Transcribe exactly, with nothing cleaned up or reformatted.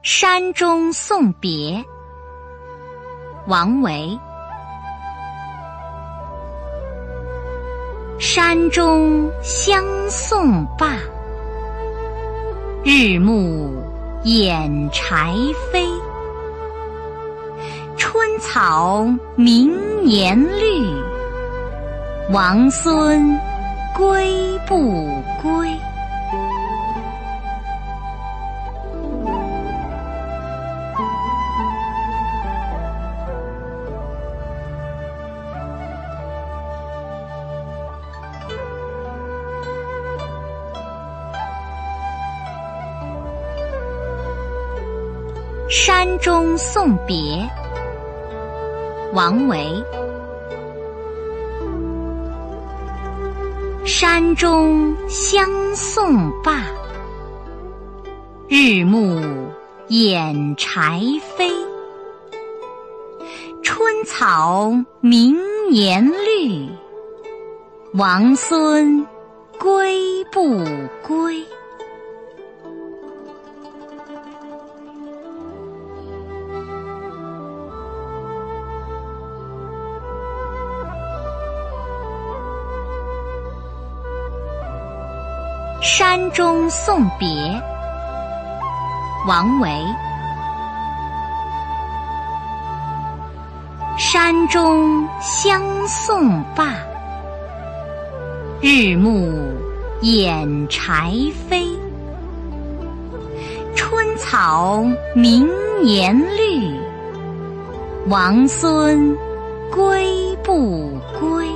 山中送别，王维。山中相送罢，日暮掩柴扉。春草明年绿，王孙归不归？山中送别，王维。山中相送罢，日暮掩柴扉。春草明年绿，王孙归不归？山中送别，王维。山中相送罢，日暮掩柴扉。春草明年绿，王孙归不归？